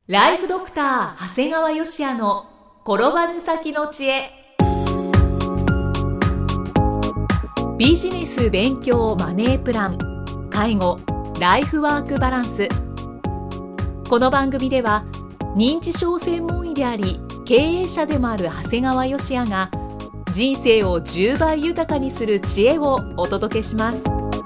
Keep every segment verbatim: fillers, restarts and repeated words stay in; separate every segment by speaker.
Speaker 1: ライフドクター長谷川芳也の転ばぬ先の知恵。ビジネス勉強マネープラン、介護、ライフワークバランス。この番組では認知症専門医であり経営者でもある長谷川芳也が人生をじゅうばい豊かにする知恵をお届けします。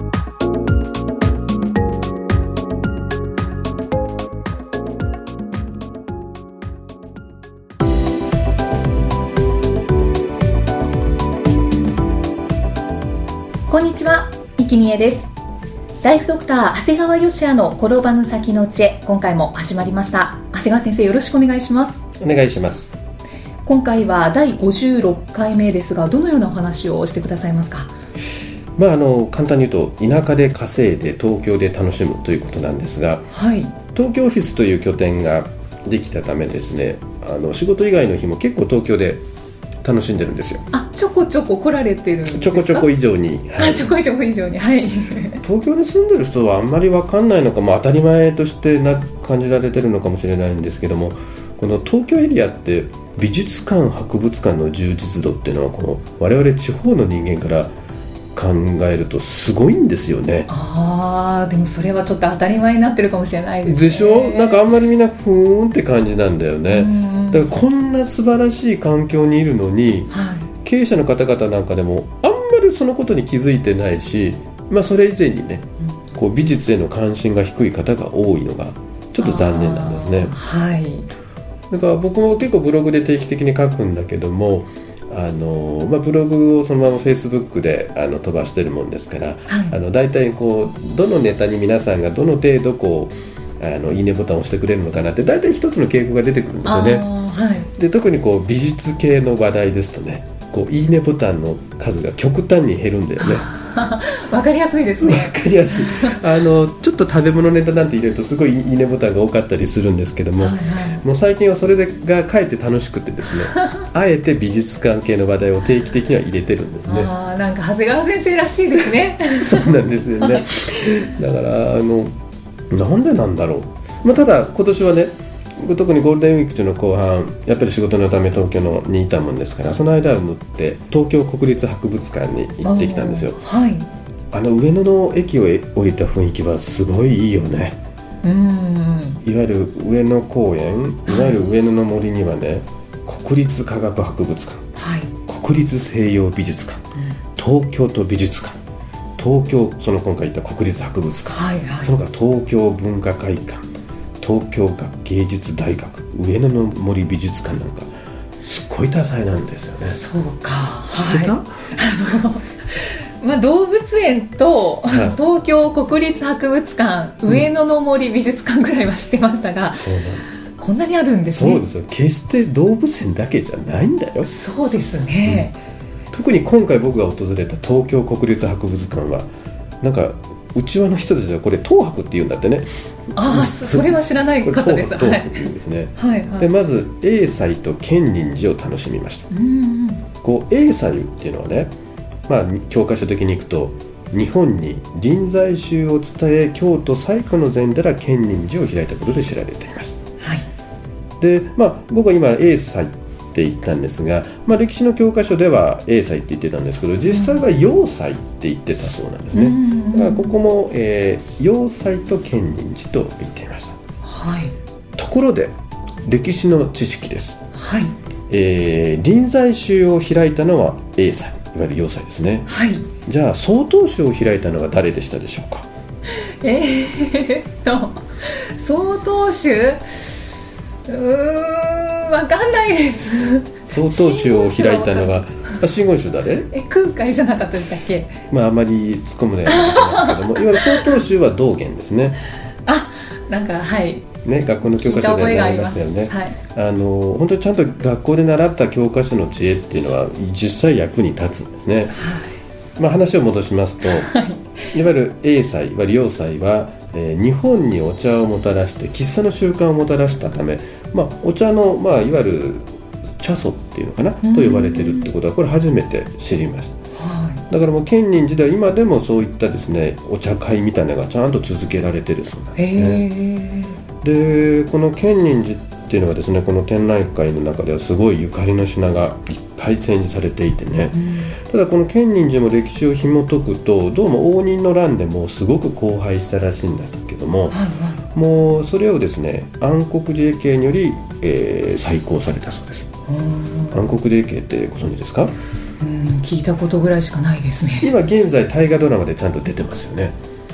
Speaker 1: こんにちは、生きみえです。ライフドクター長谷川芳也の転ばぬ先の知恵、今回も始まりました。長谷川先生、よろしくお願いします。
Speaker 2: お願いします。
Speaker 1: 今回はだいごじゅうろっかいめですが、どのようなお話をしてくださいますか？
Speaker 2: まあ、あの簡単に言うと、田舎で稼いで東京で楽しむということなんですが、はい、東京オフィスという拠点ができたためですね、あの仕事以外の日も結構東京で楽しんでるんですよ。あ、
Speaker 1: ちょこちょこ来られてるんですか？
Speaker 2: ちょこちょこ以上に、
Speaker 1: はい、あ、ちょこちょこ以上に、はい。
Speaker 2: 東京に住んでる人はあんまり分かんないのか、まあ、当たり前としてな感じられてるのかもしれないんですけども、この東京エリアって美術館博物館の充実度っていうのは、この我々地方の人間から考えるとすごいんですよね。
Speaker 1: あー、でもそれはちょっと当たり前になってるかもしれないですね。
Speaker 2: でしょ？なんかあんまりみんなふーんって感じなんだよね。だからこんな素晴らしい環境にいるのに、はい、経営者の方々なんかでもあんまりそのことに気づいてないし、まあ、それ以前にね、うん、こう美術への関心が低い方が多いのがちょっと残念なんですね。はい、だから僕も結構ブログで定期的に書くんだけども、あのまあ、ブログをそのまま Facebook であの飛ばしてるもんですから、はい、あのだいたいこうどのネタに皆さんがどの程度こうあのいいねボタンを押してくれるのかなって、だいたい一つの傾向が出てくるんですよね。はい、で特にこう美術系の話題ですとね、こういいねボタンの数が極端に減るんだよね。
Speaker 1: わかりやすいですね。
Speaker 2: わかりやすい。あのちょっと食べ物ネタなんて入れるとすごいいいねボタンが多かったりするんですけども、はいはい、もう最近はそれがかえって楽しくてですねあえて美術関係の話題を定期的には入れてるんですね。
Speaker 1: あ、なんか長谷川先生らしいですね。
Speaker 2: そうなんですよね。だからあのなんでなんだろう、まあ、ただ今年はね、特にゴールデンウィーク中の後半、やっぱり仕事のため東京のにいたもんですから、その間を縫って東京国立博物館に行ってきたんですよ。はい、あの上野の駅を降りた雰囲気はすごいいいよね。うん、いわゆる上野公園、いわゆる上野の森にはね、国立科学博物館、はい、国立西洋美術館、うん、東京都美術館、東京、その今回言った国立博物館、はいはい、その他東京文化会館、東京芸術大学、上野の森美術館なんかすっごい多彩なんですよね。
Speaker 1: そうか、
Speaker 2: 知ってた？
Speaker 1: はい、あのまあ、動物園と、はい、東京国立博物館、上野の森美術館ぐらいは知ってましたが、うん、そうなんこんなにあるんですね。
Speaker 2: そうですよ。決して動物園だけじゃないんだよ。
Speaker 1: そうですね。
Speaker 2: うん、特に今回僕が訪れた東京国立博物館は、なんかうちわの人たちはこれ東博って言うんだってね。
Speaker 1: ああ、それは知らない方です。
Speaker 2: 東博って言うんですね。はいはい、でまず栄西と建仁寺を楽しみました。うん、こう栄西っていうのはね、まあ、教科書的にいくと、日本に臨済宗を伝え京都最古の禅寺建仁寺を開いたことで知られています。はい、で、まあ、僕は今栄西って言ったんですが、まあ、歴史の教科書では栄西って言ってたんですけど、実際は要塞って言ってたそうなんですね。うん、だからここも、えー、要塞と建仁寺と言っていました。はい、ところで歴史の知識です。はい、えー、臨済宗を開いたのは栄西、いわゆる要塞ですね。はい、じゃあ曹洞宗を開いたのは誰でしたでしょうか？
Speaker 1: えーっと曹洞宗、うーん、わかんないです。
Speaker 2: 曹洞宗を開いたのは真言宗誰？
Speaker 1: え、空海じゃなかったでしたっけ？
Speaker 2: まあ、あまり突っ込むのはやめてますけどもいわゆる曹洞宗は道元ですね。
Speaker 1: あ、なんかはい
Speaker 2: ね、学校の教科書で習いましたよね。はい、あの本当にちゃんと学校で習った教科書の知恵っていうのは実際役に立つんですね。はい、まあ、話を戻しますと、はい、いわゆる栄西、いわゆる要塞は、えー、日本にお茶をもたらして喫茶の習慣をもたらしたため、まあ、お茶の、まあ、いわゆる茶祖っていうのかなと呼ばれてるってことは、これ初めて知りました。はい、だからもう建仁寺では今でもそういったですね、お茶会みたいなのがちゃんと続けられてるそうなんですね。へー。 でこの建仁寺っていうのはですね、この展覧会の中ではすごいゆかりの品がいっぱい展示されていてね、うん、ただこの建仁寺も歴史を紐解くとどうも応仁の乱でもすごく荒廃したらしいんですけども、はいはい、もうそれをですね安国寺家系により、えー、再興されたそうです。安国寺家ってご存知ですか？
Speaker 1: うん、聞いたことぐらいしかないですね。
Speaker 2: 今現在大河ドラマでちゃんと出てますよね。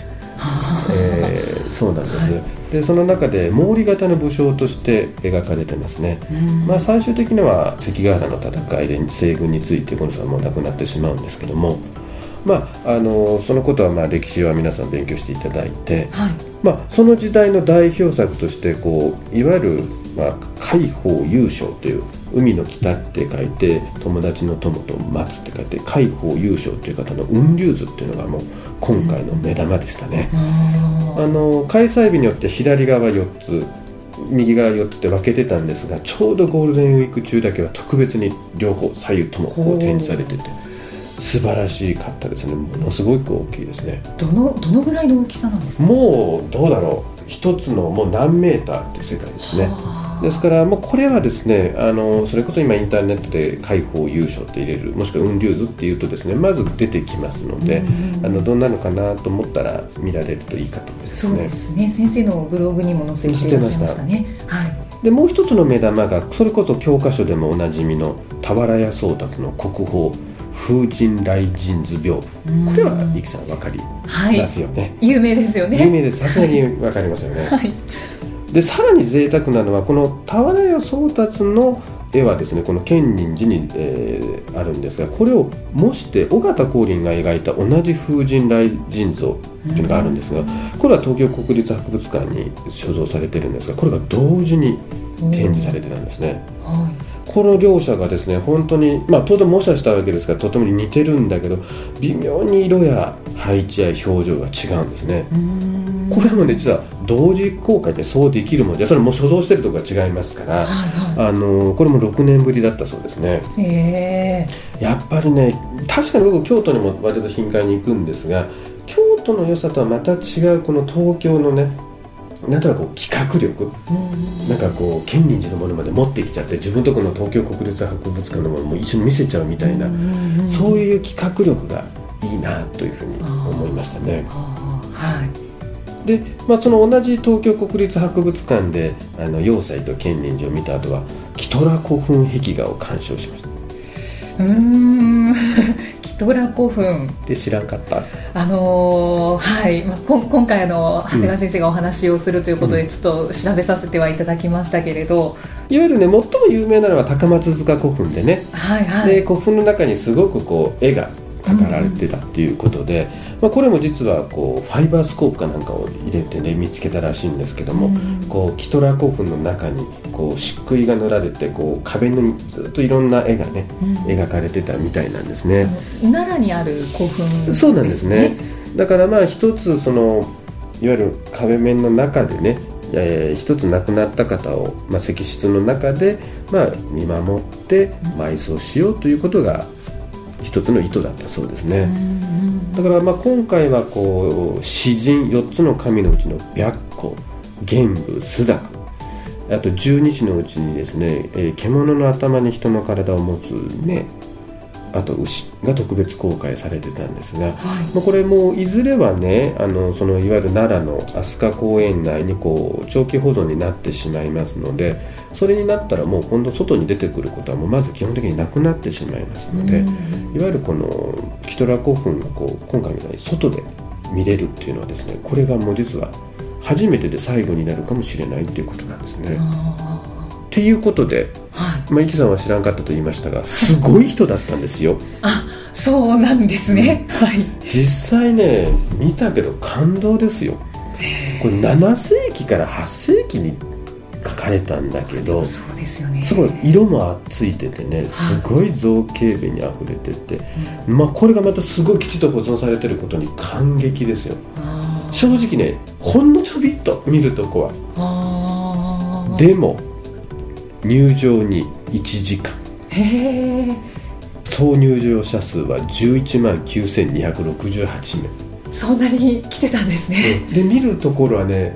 Speaker 2: えー、そうなんです、はい、でその中で毛利型の武将として描かれてますね。まあ、最終的には関ヶ原の戦いで西軍についてこの人はもう亡くなってしまうんですけども、まあ、あのそのことはまあ歴史は皆さん勉強していただいて、はい、まあ、その時代の代表作としてこういわゆる、まあ、海邦雄翔という海の北って書いて友達の友と松って書いて海邦雄翔という方の雲龍図っていうのがもう今回の目玉でしたね。うん、あの開催日によって左側よっつ右側よっつって分けてたんですが、ちょうどゴールデンウィーク中だけは特別に両方左右ともこう展示されてて素晴らしかったですね。ものすごく大きいですね。
Speaker 1: どの、どのぐらいの大きさなんですか？
Speaker 2: もうどうだろう、一つのもう何メーターって世界ですね。ですからもうこれはですね、あのそれこそ今インターネットで海邦雄翔って入れる、もしくは雲龍図っていうとですねまず出てきますので、あのどんなのかなと思ったら見られるといいかと思いますね。
Speaker 1: そうですね、先生のブログにも載せていらっしゃいましたね。はい、
Speaker 2: でもう一つの目玉がそれこそ教科書でもおなじみの俵屋宗達の国宝風神雷神図屏風、これはイキさん分かりますよね。はい、
Speaker 1: 有名ですよね。
Speaker 2: 有名です。さすがに分かりますよね。はい、でさらに贅沢なのはこの俵屋宗達の絵はですね、この建仁寺に、えー、あるんですが、これを模して尾形光琳が描いた同じ風神雷神像っていうのがあるんですが、これは東京国立博物館に所蔵されているんですが、これが同時に展示されてたんですね。はい、この両者がですね本当に、まあ、当然模写したわけですからとても似てるんだけど微妙に色や配置や表情が違うんですね。うーん、これもね実は同時公開でそうできるもので、それも所蔵してるところが違いますから、はいはい、あのこれもろくねんぶりだったそうですね。へー、やっぱりね確かに僕京都にも割と頻繁に行くんですが、京都の良さとはまた違うこの東京のねなんとなくこう企画力、なんかこう建仁寺のものまで持ってきちゃって自分とこの東京国立博物館のものも一緒に見せちゃうみたいな、そういう企画力がいいなというふうに思いましたね。はい、で、まあ、その同じ東京国立博物館であの要塞と建仁寺を見た後はキトラ古墳壁画を鑑賞しました。
Speaker 1: うーんキトラ古墳
Speaker 2: って知らんかった？
Speaker 1: あのーはいまあ、こ今回あの長谷川先生がお話をするということで、うん、ちょっと調べさせてはいただきましたけれど、
Speaker 2: いわゆるね最も有名なのは高松塚古墳でね、はいはい、で古墳の中にすごくこう絵が描かられてたっていうことで、うんまあ、これも実はこうファイバースコープかなんかを入れてね見つけたらしいんですけども、うん、こうキトラ古墳の中にこう漆喰が塗られてこう壁にずっといろんな絵がね、うん、描かれてたみたいなんですね。
Speaker 1: 奈良にある古墳ですね。
Speaker 2: そうなんですね。だからまあ一つそのいわゆる壁面の中でね、えー、一つ亡くなった方を、まあ、石室の中で、まあ、見守って埋葬しようということが一つの意図だったそうですね。うんだからまあ今回はこう詩人よっつの神のうちの白虎、玄武、朱雀、あと十二支のうちにですね、えー、獣の頭に人の体を持つ目、あと牛が特別公開されてたんですが、はいまあ、これもいずれはねあのそのいわゆる奈良の飛鳥公園内にこう長期保存になってしまいますので、それになったらもう今度外に出てくることはもうまず基本的になくなってしまいますので、いわゆるこのキトラ古墳がこう今回みたいに外で見れるっていうのはですね、これがもう実は初めてで最後になるかもしれないっていうことなんですね。っていうことで、はいまあ、イキさんは知らんかったと言いましたがすごい人だったんですよ。
Speaker 1: あ、そうなんですね、うんはい、
Speaker 2: 実際ね見たけど感動ですよ。これななせいきからはっせいきに描かれたんだけど、
Speaker 1: そうですよね、
Speaker 2: すごい色もついててね、すごい造形美にあふれてて、うんまあ、これがまたすごいきちっと保存されてることに感激ですよ。正直ねほんのちょびっと見るとこはあでも入場にいちじかん、へー総入場者数はじゅういちまんきゅうせんにひゃくろくじゅうはちめい。
Speaker 1: そんなに来てたんですね。
Speaker 2: で見るところはね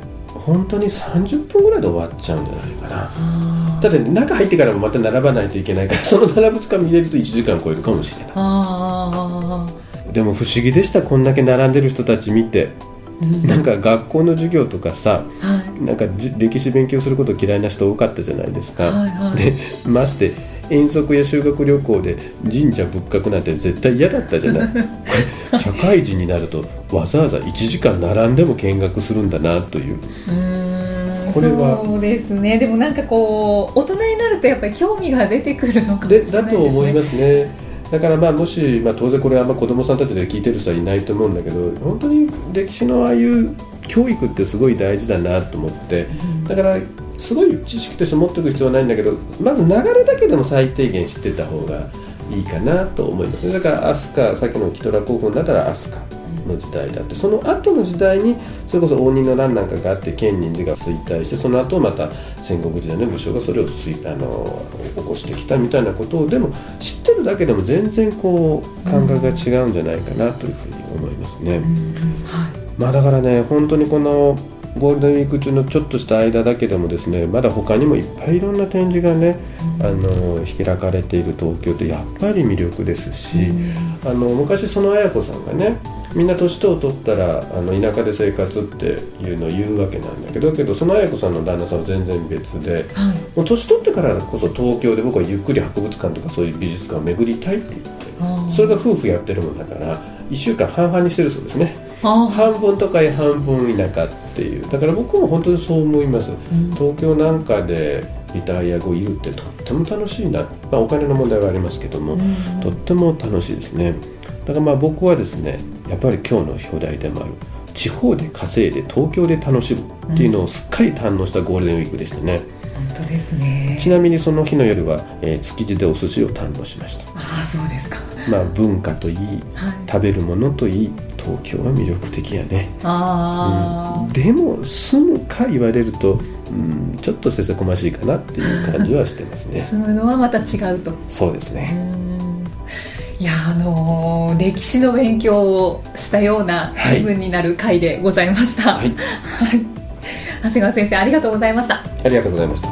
Speaker 2: 本当にさんじゅっぷんぐらいで終わっちゃうんじゃないかな。ただ中入ってからもまた並ばないといけないから、その並ぶ時間見れるといちじかん超えるかもしれない。あでも不思議でした。こんだけ並んでる人たち見て、うん、なんか学校の授業とかさ、はい、なんか歴史勉強すること嫌いな人多かったじゃないですか、はいはい、でまして遠足や修学旅行で神社仏閣なんて絶対嫌だったじゃない社会人になるとわざわざいちじかん並んでも見学するんだなという。うーん、これは
Speaker 1: そうですね。でもなんかこう大人になるとやっぱり興味が出てくるのかもしれないですね。
Speaker 2: でだと思いますね。だからまあもし、まあ、当然これはあんま子どもさんたちで聞いてる人はいないと思うんだけど、本当に歴史のああいう教育ってすごい大事だなと思って、だからすごい知識として持っておく必要はないんだけど、まず流れだけでも最低限知ってた方がいいかなと思いますね。だから飛鳥、さっきのキトラ古墳だったら飛鳥の時代だって、その後の時代にそれこそ応仁の乱なんかがあって建仁寺が衰退して、その後また戦国時代の武将がそれをあの起こしてきたみたいなことをでも知ってるだけでも全然こう感覚が違うんじゃないかなというふうに思いますね、うんはいまあ、だからね本当にこのゴールデンウィーク中のちょっとした間だけでもですね、まだ他にもいっぱいいろんな展示がね、うん、あの開かれている東京ってやっぱり魅力ですし、うん、あの昔その綾子さんがね、みんな年を取ったらあの田舎で生活っていうのを言うわけなんだけど、けどその綾子さんの旦那さんは全然別で、はい、もう年取ってからこそ東京で僕はゆっくり博物館とかそういう美術館を巡りたいって言って、それが夫婦やってるもんだからいっしゅうかん半々にしてるそうですね。半分都会半分田舎っていう。だから僕も本当にそう思います、うん、東京なんかでリタイア後いるってとっても楽しいな、まあ、お金の問題はありますけども、うん、とっても楽しいですね。だからまあ僕はですね、やっぱり今日の表題でもある地方で稼いで東京で楽しむっていうのをすっかり堪能したゴールデンウィークでしたね、
Speaker 1: うん、本当ですね。
Speaker 2: ちなみにその日の夜は、えー、築地でお寿司を堪能しました。
Speaker 1: ああそうですか。
Speaker 2: まあ文化といい、はい、食べるものといい東京は魅力的やね。あ、うん、でも住むか言われると、うん、ちょっとせせこましいかなっていう感じはしてますね
Speaker 1: 住むのはまた違うと。
Speaker 2: そうですね。
Speaker 1: うんいや、あのー、歴史の勉強をしたような気分になる回でございました、はいはい、長谷川先生ありがとうございました。
Speaker 2: ありがとうございました。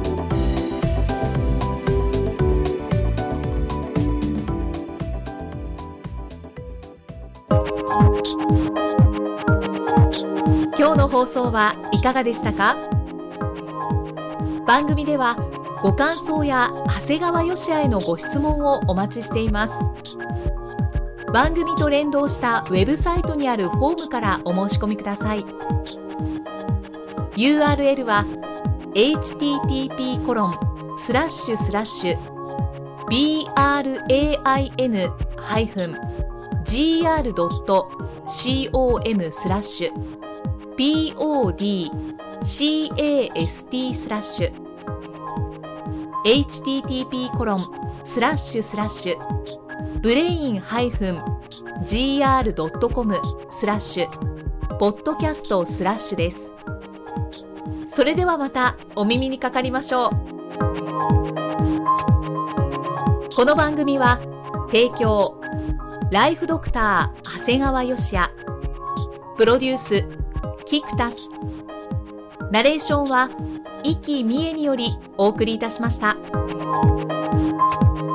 Speaker 1: 今日の放送はいかがでしたか？番組ではご感想や長谷川芳也へのご質問をお待ちしています。番組と連動したウェブサイトにあるフォームからお申し込みください。 ユーアールエル は エイチティーティーピーコロンスラッシュスラッシュビーアールエーアイエヌハイフンジーアールドットコム スラッシュ ピーオーディーシーエーエスティー スラッシュ エイチティーティーピーコロンスラッシュスラッシュブレインハイフンジーアールドットコム スラッシュポッドキャストスラッシュです。それではまたお耳にかかりましょう。この番組は提供ライフドクター長谷川芳也、プロデュースキクタス、ナレーションは生きみえによりお送りいたしました。